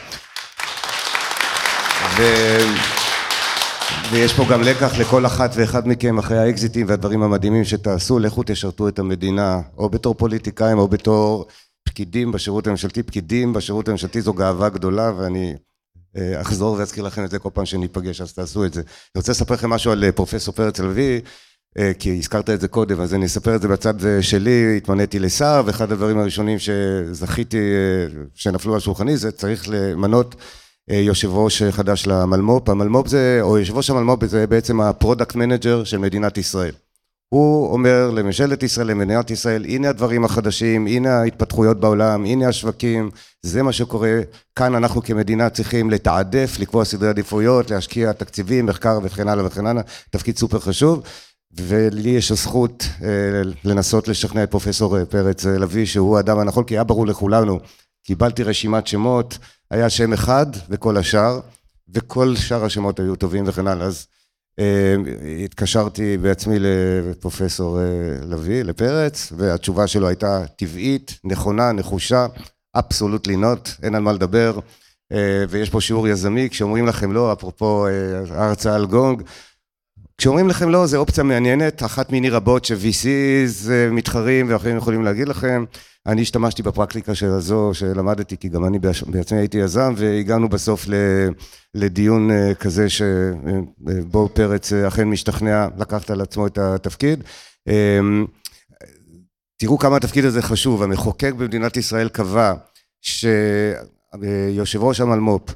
Speaker 4: ויש פה גם לקח לכל אחת ואחד מכם אחרי האקזיטים והדברים המדהימים שתעשו, לכו תשרתו את המדינה, או בתור פוליטיקאים, או בתור פקידים בשירות הממשלתי. פקידים בשירות הממשלתי זו גאווה גדולה, ואני אחזור ואזכיר לכם את זה כל פעם שניפגש, אז תעשו את זה. אני רוצה לספר לכם משהו על פרופסור פרץ לביא, כי הזכרת את זה קודם, אז אני אספר את זה בצד שלי. התמניתי לשר, ואחד הדברים הראשונים שזכיתי, שנפלו על שולחני, זה צריך למנות יושב ראש חדש למלמופ. המלמופ זה, או יושב ראש המלמופ זה בעצם הפרודקט מנג'ר של מדינת ישראל. הוא אומר לממשלת ישראל, למדינת ישראל, הנה הדברים החדשים, הנה ההתפתחויות בעולם, הנה השווקים, זה מה שקורה. כאן אנחנו כמדינה צריכים לתעדף, לקבוע סדרי עדיפויות, להשקיע תקציבים, מחקר וכן הלאה וכן הלאה, תפקיד סופר חשוב. ולי יש הזכות לנסות לשכנע את פרופסור פרץ לביא, שהוא האדם הנכון, כי היה ברור לכולנו. קיבלתי רשימת שמות, היה שם אחד וכל השאר, וכל שאר השמות היו טובים וכן הלאה. אז התקשרתי בעצמי לפרופסור לביא, לפרץ, והתשובה שלו הייתה טבעית, נכונה, נחושה, absolutely not, אין על מה לדבר, ויש פה שיעור יזמי, כשאומרים לכם לא, אפרופו ההרצאה על גונג, כשאומרים לכם לא, זו אופציה מעניינת, אחת מיני רבות ש-VCs מתחרים ואחרים יכולים להגיד לכם. אני השתמשתי בפרקטיקה של הזו שלמדתי, כי גם אני בעצמי הייתי יזם, והגענו בסוף לדיון כזה שבו פרץ אכן משתכנע לקחת על עצמו את התפקיד. תראו כמה התפקיד הזה חשוב. המחוקק במדינת ישראל קבע שיושב ראש המלמופ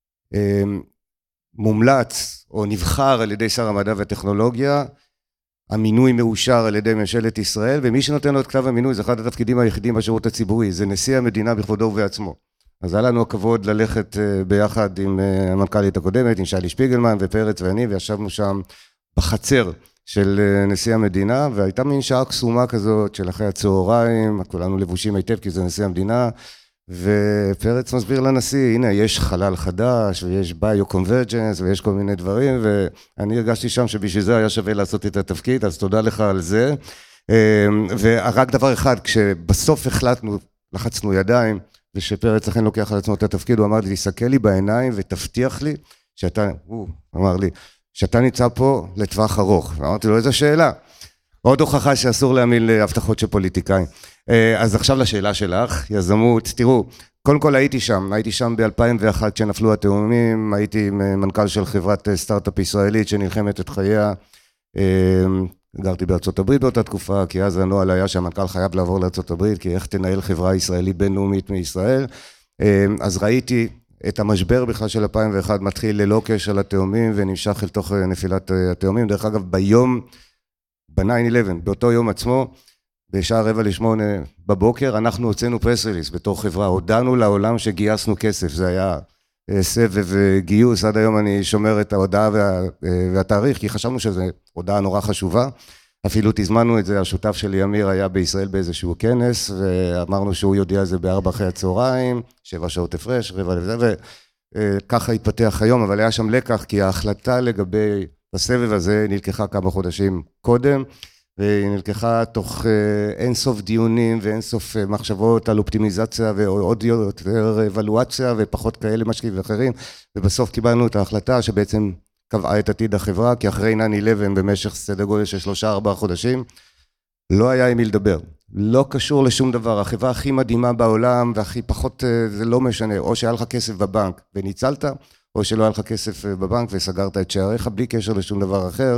Speaker 4: מומלץ או נבחר על ידי שר המדע והטכנולוגיה, המינוי מאושר על ידי ממשלת ישראל, ומי שנותן לו את כתב המינוי זה אחד התפקידים היחידים בשירות הציבורי, זה נשיא המדינה בכבודו ובעצמו. אז היה לנו הכבוד ללכת ביחד עם המנכ"לית הקודמת, עם שלי שפיגלמן ופרץ ואני, וישבנו שם בחצר של נשיא המדינה, והייתה מין שעה קסומה כזאת של אחרי הצהריים, כולנו לבושים היטב כי זה נשיא המדינה, ופרץ מסביר לנשיא, הנה יש חלל חדש, ויש ביו-קונברג'נס, ויש כל מיני דברים, ואני הרגשתי שם שבשביל זה היה שווה לעשות את התפקיד, אז תודה לך על זה. ורק דבר אחד, כשבסוף החלטנו, לחצנו ידיים, ושפרץ אכן לוקח על עצמו את התפקיד, הוא אמר לי, תסתכל לי בעיניים ותבטיח לי הוא אמר לי, שאתה נמצא פה לטווח ארוך. ואמרתי לו, איזו שאלה. עוד הוכחה שאסור להאמין להבטחות של פוליטיקאים. אז עכשיו לשאלה שלך, יזמות, תראו, קודם כל הייתי שם ב-2001 כשנפלו התאומים, הייתי מנכ"ל של חברת סטארט-אפ ישראלית שנלחמת את חייה, גרתי בארצות הברית באותה תקופה, כי אז הנוהל היה שהמנכ"ל חייב לעבור לארצות הברית, כי איך תנהל חברה ישראלית בינלאומית מישראל, אז ראיתי את המשבר בכלל של 2001 מתחיל ללא קשר לתאומים ונמשך אל תוך נפילת התאומים, דרך אגב ביום, ב-9/11, באותו יום עצמו, בשעה 7:45 בבוקר, אנחנו הוצאנו פרס ריליס בתור חברה, הודענו לעולם שגייסנו כסף, זה היה סבב גיוס, עד היום אני שומר את ההודעה והתאריך, כי חשבנו שזו הודעה נורא חשובה, אפילו תזמנו את זה, השותף שלי אמיר היה בישראל באיזשהו כנס, ואמרנו שהוא יודיע על זה ב16:00, 7 שעות הפרש, רבע לזה, וככה התפתח היום, אבל היה שם לקח, כי ההחלטה לגבי הסבב הזה נלקחה כמה חודשים קודם, והיא נלקחה תוך אינסוף דיונים ואינסוף מחשבות על אופטימיזציה ועוד יותר אבלואציה ופחות כאלה משקיעים ואחרים, ובסוף קיבלנו את ההחלטה שבעצם קבעה את עתיד החברה, כי אחרי 9/11 במשך סדר גודל של 3-4 חודשים, לא היה עם מי לדבר. לא קשור לשום דבר, החברה הכי מדהימה בעולם והכי פחות, זה לא משנה, או שהיה לך כסף בבנק וניצלת, או שלא היה לך כסף בבנק וסגרת את שעריך בלי קשר לשום דבר אחר.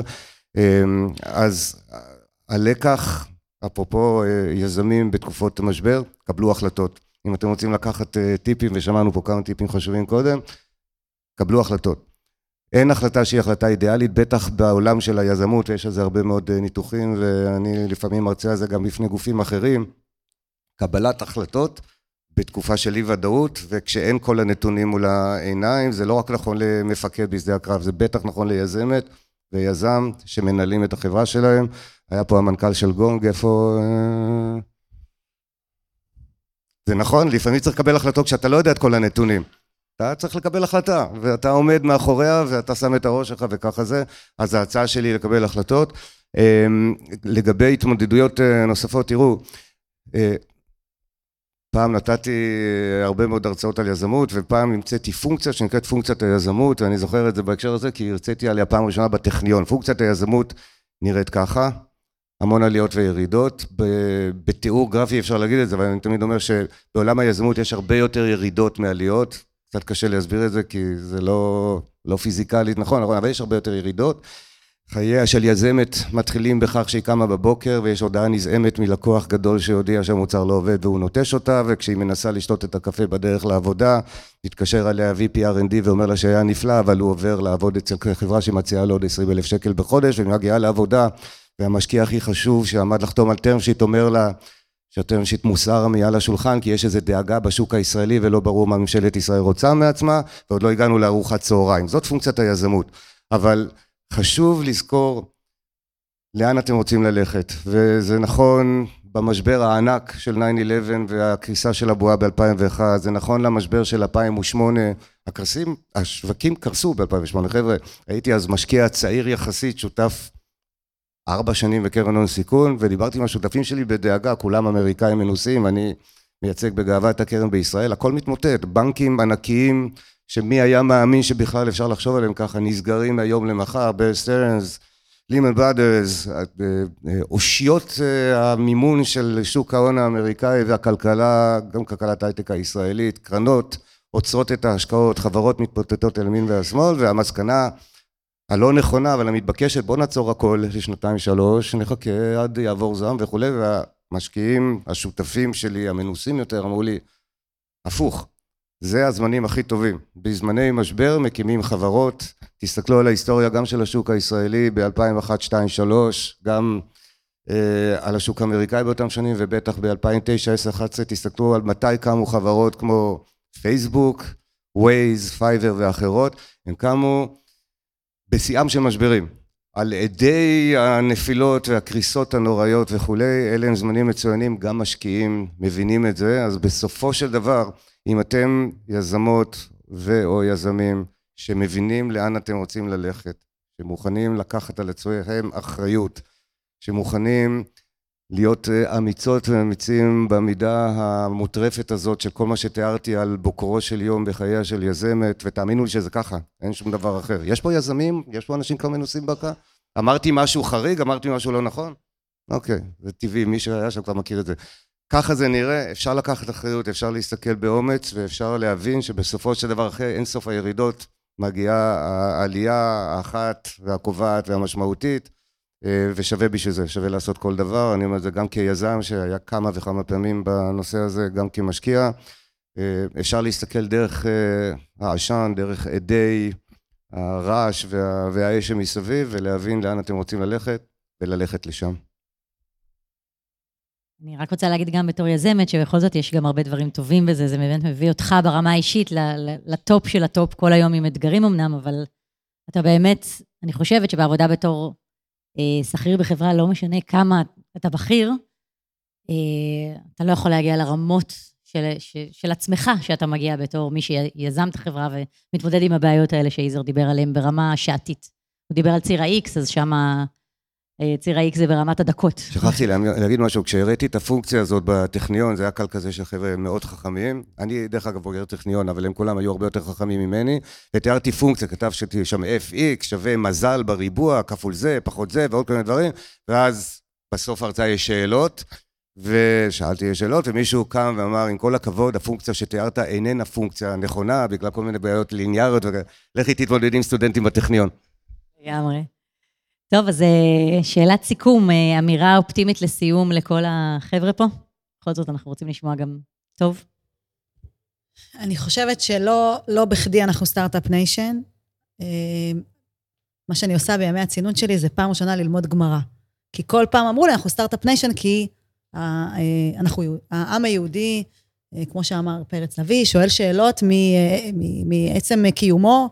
Speaker 4: אז הלקח, אפרופו יזמים בתקופות המשבר, קבלו החלטות. אם אתם רוצים לקחת טיפים, ושמענו פה כמה טיפים חשובים קודם, קבלו החלטות. אין החלטה שהיא החלטה אידיאלית, בטח בעולם של היזמות, ויש על זה הרבה מאוד ניתוחים, ואני לפעמים מרצה על זה גם בפני גופים אחרים. קבלת החלטות בתקופה של אי ודאות, וכשאין כל הנתונים מול העיניים, זה לא רק נכון למפקד בשדה הקרב, זה בטח נכון ליזמת ויזם שמנהלים את החברה שלהם. היה פה המנכ"ל של גונג, איפה... זה נכון, לפעמים צריך לקבל החלטות כשאתה לא יודע את כל הנתונים. אתה צריך לקבל החלטה, ואתה עומד מאחוריה, ואתה שם את הראש שלך וככה זה. אז ההצעה שלי לקבל החלטות. לגבי התמודדויות נוספות, תראו, פעם נתתי הרבה מאוד הרצאות על יזמות, ופעם המצאתי פונקציה שנקראת פונקציית היזמות, ואני זוכר את זה בהקשר הזה, כי הרציתי עליה פעם ראשונה בטכניון. פונקציית היזמות נראית ככה, המון עליות וירידות, בתיאור גרפי אפשר להגיד את זה, אבל אני תמיד אומר שבעולם היזמות יש הרבה יותר ירידות מעליות, קצת קשה להסביר את זה, כי זה לא פיזיקלית, נכון, אבל יש הרבה יותר ירידות. חייה של יזמת מתחילים בכך שהיא קמה בבוקר, ויש הודעה נזעמת מלקוח גדול שיודע שהמוצר לא עובד והוא נוטש אותה, וכשהיא מנסה לשתות את הקפה בדרך לעבודה, תתקשר עליה VP R&D ואומר לה שהיה נפלא, אבל הוא עובר לעבוד אצל חברה שמציעה לו עוד 20,000 שקל בחודש, ומגיעה לעבודה, והמשקיע הכי חשוב שעמד לחתום על term sheet אומר לה, שהterm sheet מוסר מעל השולחן, כי יש איזו דאגה בשוק הישראלי, ולא ברור מה ממשלת ישראל רוצה מעצמה, ועוד לא הגענו לארוחת צהריים. זאת פונקציית היזמות. אבל חשוב לזכור לאן אתם רוצים ללכת, וזה נכון במשבר הענק של 9/11 והקריסה של הבועה ב-2001, זה נכון למשבר של 2008, השווקים קרסו ב-2008, חבר'ה, הייתי אז משקיע צעיר יחסית, שותף 4 שנים בקרן הון סיכון, ודיברתי עם השותפים שלי בדאגה, כולם אמריקאים מנוסים, אני מייצג בגאווה את הקרן בישראל, הכל מתמוטט, בנקים ענקיים, שמי היה מאמין שבכלל אפשר לחשוב עליהם ככה, נסגרים מהיום למחר, בסטרנס, לימן ברדרס, אושיות המימון של שוק ההון האמריקאי והכלכלה, גם כלכלת ההייטק הישראלית, קרנות, עוצרות את ההשקעות, חברות מתפוצצות על ימין והשמאל, והמסקנה הלא נכונה, אבל המתבקשת, בוא נעצור הכל ל2-3, נחכה עד יעבור זעם וכו', והמשקיעים, השותפים שלי, המנוסים יותר, אמרו לי, הפוך. זה הזמנים הכי טובים. בזמני משבר מקימים חברות, תסתכלו על ההיסטוריה גם של השוק הישראלי ב-2001, 2002, 2003, גם על השוק האמריקאי באותם שנים, ובטח ב-2009, 2010, 2011, תסתכלו על מתי קמו חברות כמו פייסבוק, ווייז, פייבר ואחרות, הם קמו בשיאם של משברים. על ידי הנפילות והקריסות הנוראיות וכו', אלה הם זמנים מצוינים, גם משקיעים מבינים את זה, אז בסופו של דבר, אם אתם יזמות או יזמים שמבינים לאן אתם רוצים ללכת, שמוכנים לקחת על עצמכם אחריות, שמוכנים להיות אמיצות ואמיצים במידה המוטרפת הזאת של כל מה שתיארתי על בוקרו של יום בחייה של יזמת, ותאמינו לי שזה ככה, אין שום דבר אחר. יש פה יזמים, יש פה אנשים כבר מנוסים בקה? אמרתי משהו חריג, אמרתי משהו לא נכון? אוקיי, זה טבעי, מי שהיה שם כבר מכיר את זה. ככה זה נראה, אפשר לקחת אחריות, אפשר להסתכל באומץ, ואפשר להבין שבסופו של דבר אחרי אין סוף הירידות, מגיעה העלייה האחת והקובעת והמשמעותית, ושווה בשביל זה, שווה לעשות כל דבר. אני אומר את זה גם כיזם שהיה כמה וכמה פעמים בנושא הזה, גם כמשקיע. אפשר להסתכל דרך העשן, דרך עדי הרעש והאש שמסביב, ולהבין לאן אתם רוצים ללכת, וללכת לשם.
Speaker 2: אני רק רוצה להגיד גם בתור יזמת, שבכל זאת יש גם הרבה דברים טובים בזה, זה באמת מביא אותך ברמה האישית לטופ של הטופ כל היום עם אתגרים אמנם, אבל אתה באמת, אני חושבת שבעבודה בתור שכיר בחברה, לא משנה כמה אתה בכיר, אתה לא יכול להגיע לרמות של עצמך שאתה מגיע בתור מי שיזם את החברה ומתמודד עם הבעיות האלה שאיזר דיבר עליהן ברמה שעתית. הוא דיבר על ציר ה-X, אז שמה ציר ה-X זה ברמת הדקות.
Speaker 4: שכחתי להגיד משהו, כשהראיתי את הפונקציה הזאת בטכניון, זה היה קל כזה של חבר'ה מאוד חכמים, אני דרך אגב בוגר טכניון, אבל הם כולם היו הרבה יותר חכמים ממני, ותיארתי פונקציה, כתבתי שם fx, שווה מזל בריבוע, כפול זה, פחות זה, ועוד כל מיני דברים, ואז בסוף ההרצאה יש שאלות, ושאלתי שאלות, ומישהו קם ואמר, עם כל הכבוד, הפונקציה שתיארת איננה פונקציה נכונה, בגלל כל מיני בעיות ליניאריות, ולכי תתמודד עם סטודנטים בטכניון.
Speaker 2: לגמרי. טוב, אז שאלת סיכום, אמירה אופטימית לסיום לכל החבר'ה פה. בכל זאת אנחנו רוצים לשמוע גם טוב.
Speaker 3: אני חושבת שלא בכדי אנחנו סטארט-אפ ניישן. מה שאני עושה בימי הצינון שלי זה פעם ראשונה ללמוד גמרא. כי כל פעם אמרו לי, אנחנו סטארט-אפ ניישן, כי העם היהודי, כמו שאמר פרץ לביא, שואל שאלות מעצם קיומו,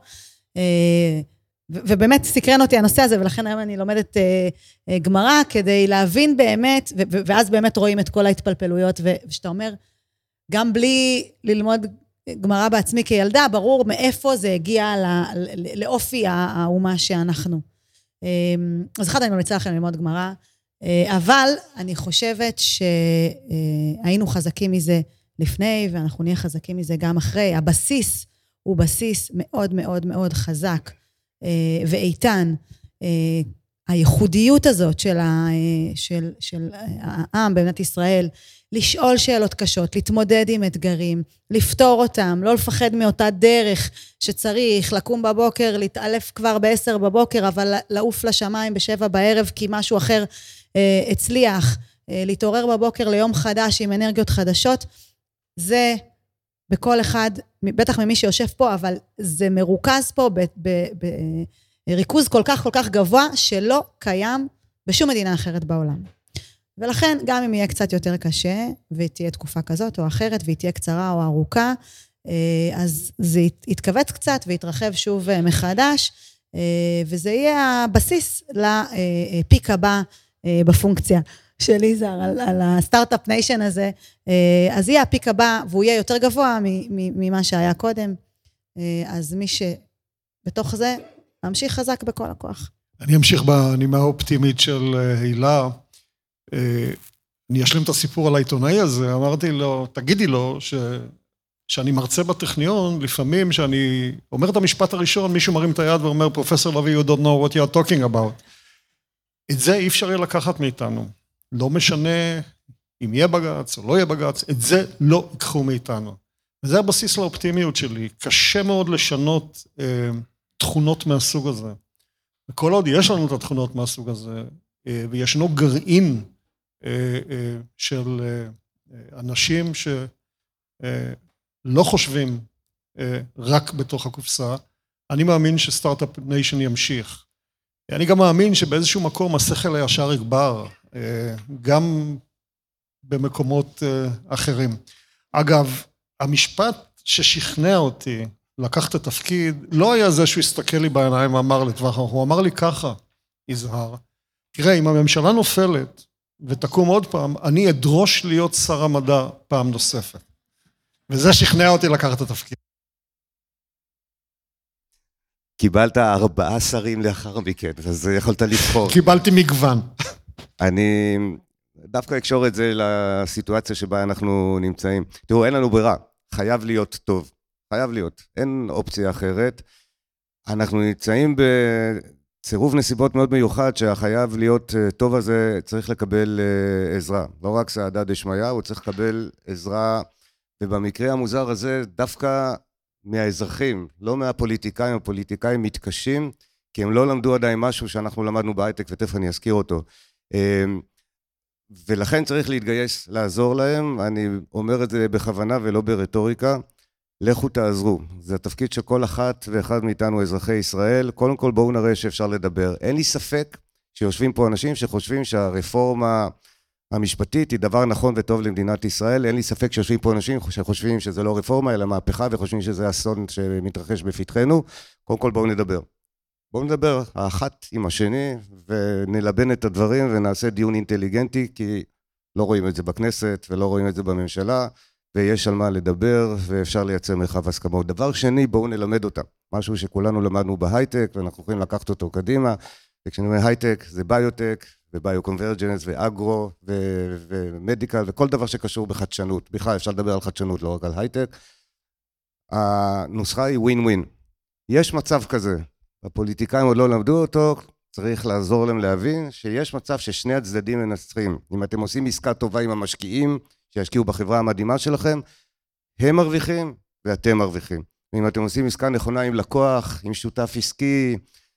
Speaker 3: ובאמת סקרן אותי הנושא הזה, ולכן היום אני לומדת גמרא, כדי להבין באמת, ואז באמת רואים את כל ההתפלפלויות, ושאתה אומר, גם בלי ללמוד גמרא בעצמי כילדה, ברור מאיפה זה הגיע לאופי האומה שאנחנו. אז אחד אני ממליצה לכם ללמוד גמרא, אבל אני חושבת שהיינו חזקים מזה לפני, ואנחנו נהיה חזקים מזה גם אחרי. הבסיס הוא בסיס מאוד מאוד מאוד חזק, ואיתן. הייחודיות הזאת של העם במדינת ישראל, לשאול שאלות קשות, להתמודד עם אתגרים, לפתור אותם, לא לפחד מאותה דרך שצריך, לקום בבוקר, להתעלף כבר ב10 בבוקר, אבל לעוף לשמיים ב7 בערב, כי משהו אחר הצליח, להתעורר בבוקר ליום חדש עם אנרגיות חדשות, זה בכל אחד, בטח ממי שיושב פה, אבל זה מרוכז פה בריכוז כל כך גבוה, שלא קיים בשום מדינה אחרת בעולם. ולכן, גם אם יהיה קצת יותר קשה, ותהיה תקופה כזאת או אחרת, והיא תהיה קצרה או ארוכה, אז זה יתכווץ קצת ויתרחב שוב מחדש, וזה יהיה הבסיס לפיק הבא בפונקציה של איזר, על הסטארט-אפ ניישן הזה, אז יהיה הפיק הבא, והוא יהיה יותר גבוה ממה שהיה קודם, אז מי שבתוך זה, ממשיך חזק בכל הכוח.
Speaker 5: אני אמשיך בנימה האופטימית של הילה, אני אשלים את הסיפור על העיתונאי הזה, אמרתי לו, תגידי לו שאני מרצה בטכניון, לפעמים שאני אומר את המשפט הראשון, מישהו מרים את היד ואומר, פרופסור לביא, you don't know what you are talking about. את זה אי אפשר יהיה לקחת מאיתנו. לא משנה אם יהיה בגץ או לא יהיה בגץ, את זה לא יקחו מאיתנו. וזה הבסיס לאופטימיות שלי. קשה מאוד לשנות תכונות מהסוג הזה. וכל עוד יש לנו את התכונות מהסוג הזה, וישנו גרעין של אנשים שלא חושבים רק בתוך הקופסה, אני מאמין שסטארט-אפ ניישן ימשיך. אני גם מאמין שבאיזשהו מקום השכל הישר יגבר, גם במקומות אחרים. אגב, המשפט ששכנע אותי לקח את התפקיד, לא היה זה שהוא הסתכל לי בעיניים ואמר לטווח ארוך, הוא אמר לי ככה, יזהר, תראה, אם הממשלה נופלת ותקום עוד פעם, אני אדרוש להיות שר המדע פעם נוספת. וזה שכנע אותי לקחת את התפקיד.
Speaker 4: קיבלת 4 שרים לאחר מכן, אז יכולת לבחור.
Speaker 5: קיבלתי מגוון.
Speaker 4: דווקא אקשור את זה לסיטואציה שבה אנחנו נמצאים. תראו, אין לנו ברירה, חייב להיות טוב, חייב להיות, אין אופציה אחרת. אנחנו נמצאים בצירוף נסיבות מאוד מיוחד, שהחייב להיות טוב הזה צריך לקבל עזרה. לא רק סעדה דשמיא, הוא צריך לקבל עזרה, ובמקרה המוזר הזה דווקא מהאזרחים, לא מהפוליטיקאים, הפוליטיקאים מתקשים, כי הם לא למדו עדיין משהו שאנחנו למדנו בהייטק, ותכף אני אזכיר אותו. ולכן צריך להתגייס, לעזור להם, אני אומר את זה בכוונה ולא ברטוריקה, לכו תעזרו, זה התפקיד של כל אחת ואחד מאיתנו אזרחי ישראל, קודם כל בואו נראה שאפשר לדבר, אין לי ספק שיושבים פה אנשים שחושבים שהרפורמה המשפטית היא דבר נכון וטוב למדינת ישראל, אין לי ספק שיושבים פה אנשים שחושבים שזה לא רפורמה אלא מהפכה וחושבים שזה אסון שמתרחש בפתחנו, קודם כל בואו נדבר. בואו נדבר האחת עם השני ונלבן את הדברים ונעשה דיון אינטליגנטי, כי לא רואים את זה בכנסת ולא רואים את זה בממשלה, ויש על מה לדבר ואפשר לייצר מרחב הסכמות. דבר שני, בואו נלמד אותם. משהו שכולנו למדנו בהייטק ואנחנו יכולים לקחת אותו קדימה, וכשאני אומר הייטק זה ביוטק וביו-קונברג'נס ואגרו ומדיקל וכל דבר שקשור בחדשנות. בכלל אפשר לדבר על חדשנות, לא רק על הייטק. הנוסחה היא ווין-ווין. יש מצב כזה. הפוליטיקאים עוד לא למדו אותו, צריך לעזור להם להבין שיש מצב ששני הצדדים מנצחים. אם אתם עושים עסקה טובה עם המשקיעים, שישקיעו בחברה המדהימה שלכם, הם מרוויחים ואתם מרוויחים. ואם אתם עושים עסקה נכונה עם לקוח, עם שותף עסקי,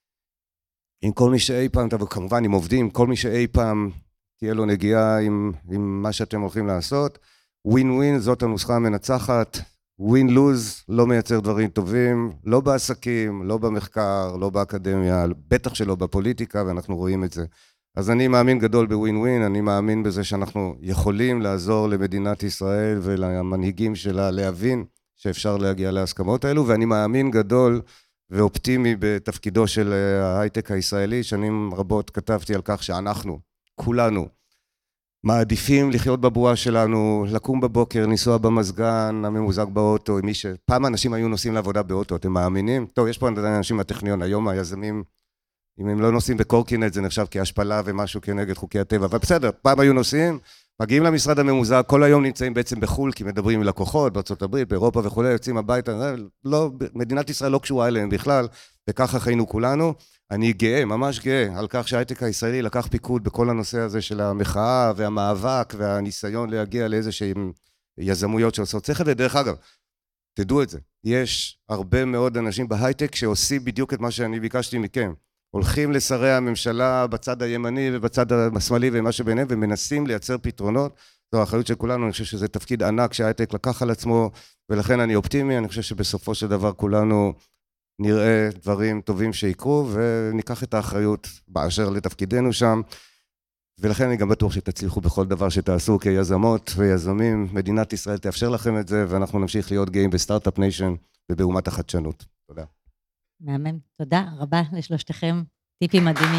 Speaker 4: עם כל מי שאי פעם, וכמובן עם עובדים, כל מי שאי פעם תהיה לו נגיעה עם מה שאתם הולכים לעשות, ווין ווין זאת הנוסחה המנצחת, ווין לוז לא מייצר דברים טובים, לא בעסקים, לא במחקר, לא באקדמיה, בטח שלא בפוליטיקה, ואנחנו רואים את זה. אז אני מאמין גדול בווין ווין, אני מאמין בזה שאנחנו יכולים לעזור למדינת ישראל ולמנהיגים שלה להבין שאפשר להגיע להסכמות האלו, ואני מאמין גדול ואופטימי בתפקידו של ההייטק הישראלי, שנים רבות כתבתי על כך שאנחנו, כולנו, מעדיפים לחיות בבועה שלנו, לקום בבוקר, לנסוע במזגן, הממוזג באוטו, פעם אנשים היו נוסעים לעבודה באוטו, אתם מאמינים? טוב, יש פה אנשים מהטכניון, היום היזמים, אם הם לא נוסעים בקורקינט, זה נחשב כהשפלה ומשהו כנגד חוקי הטבע, אבל בסדר, פעם היו נוסעים, מגיעים למשרד הממוזג, כל היום נמצאים בעצם בחול, כי מדברים עם לקוחות, בארצות הברית, באירופה וכו', יוצאים הביתה, לא, מדינת ישראל לא קשורה אליהם בכלל, וככה חיינו כולנו. אני גאה, ממש גאה, על כך שההייטק הישראלי לקח פיקוד בכל הנושא הזה של המחאה והמאבק והניסיון להגיע לאיזשהם יזמויות שעושות שכל, ודרך אגב, תדעו את זה, יש הרבה מאוד אנשים בהייטק שעושים בדיוק את מה שאני ביקשתי מכם, הולכים לשרי הממשלה בצד הימני ובצד השמאלי ומה שביניהם, ומנסים לייצר פתרונות. זו האחריות של כולנו, אני חושב שזה תפקיד ענק שההייטק לקח על עצמו, ולכן אני אופטימי, אני חושב שבסופו של דבר כולנו נראה דברים טובים שיקרו, וניקח את האחריות באשר לתפקידנו שם, ולכן אני גם בטוח שתצליחו בכל דבר שתעשו כיזמות ויזמים, מדינת ישראל תאפשר לכם את זה, ואנחנו נמשיך להיות גאים בסטארט-אפ ניישן ובאומת החדשנות. תודה.
Speaker 2: מהמם, תודה רבה לשלושתכם, טיפים מדהימים.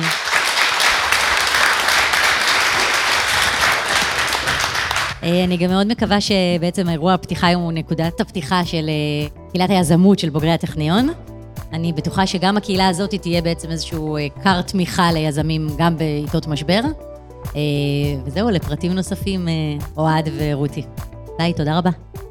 Speaker 2: אני גם מאוד מקווה שבעצם האירוע הפתיחה היום הוא נקודת הפתיחה של קהילת היזמות של בוגרי הטכניון. אני בטוחה שגם הקהילה הזאת תהיה בעצם איזשהו קר תמיכה ליזמים גם בעיתות משבר. וזהו, לפרטים נוספים, אוהד ורותי. ביי, תודה רבה.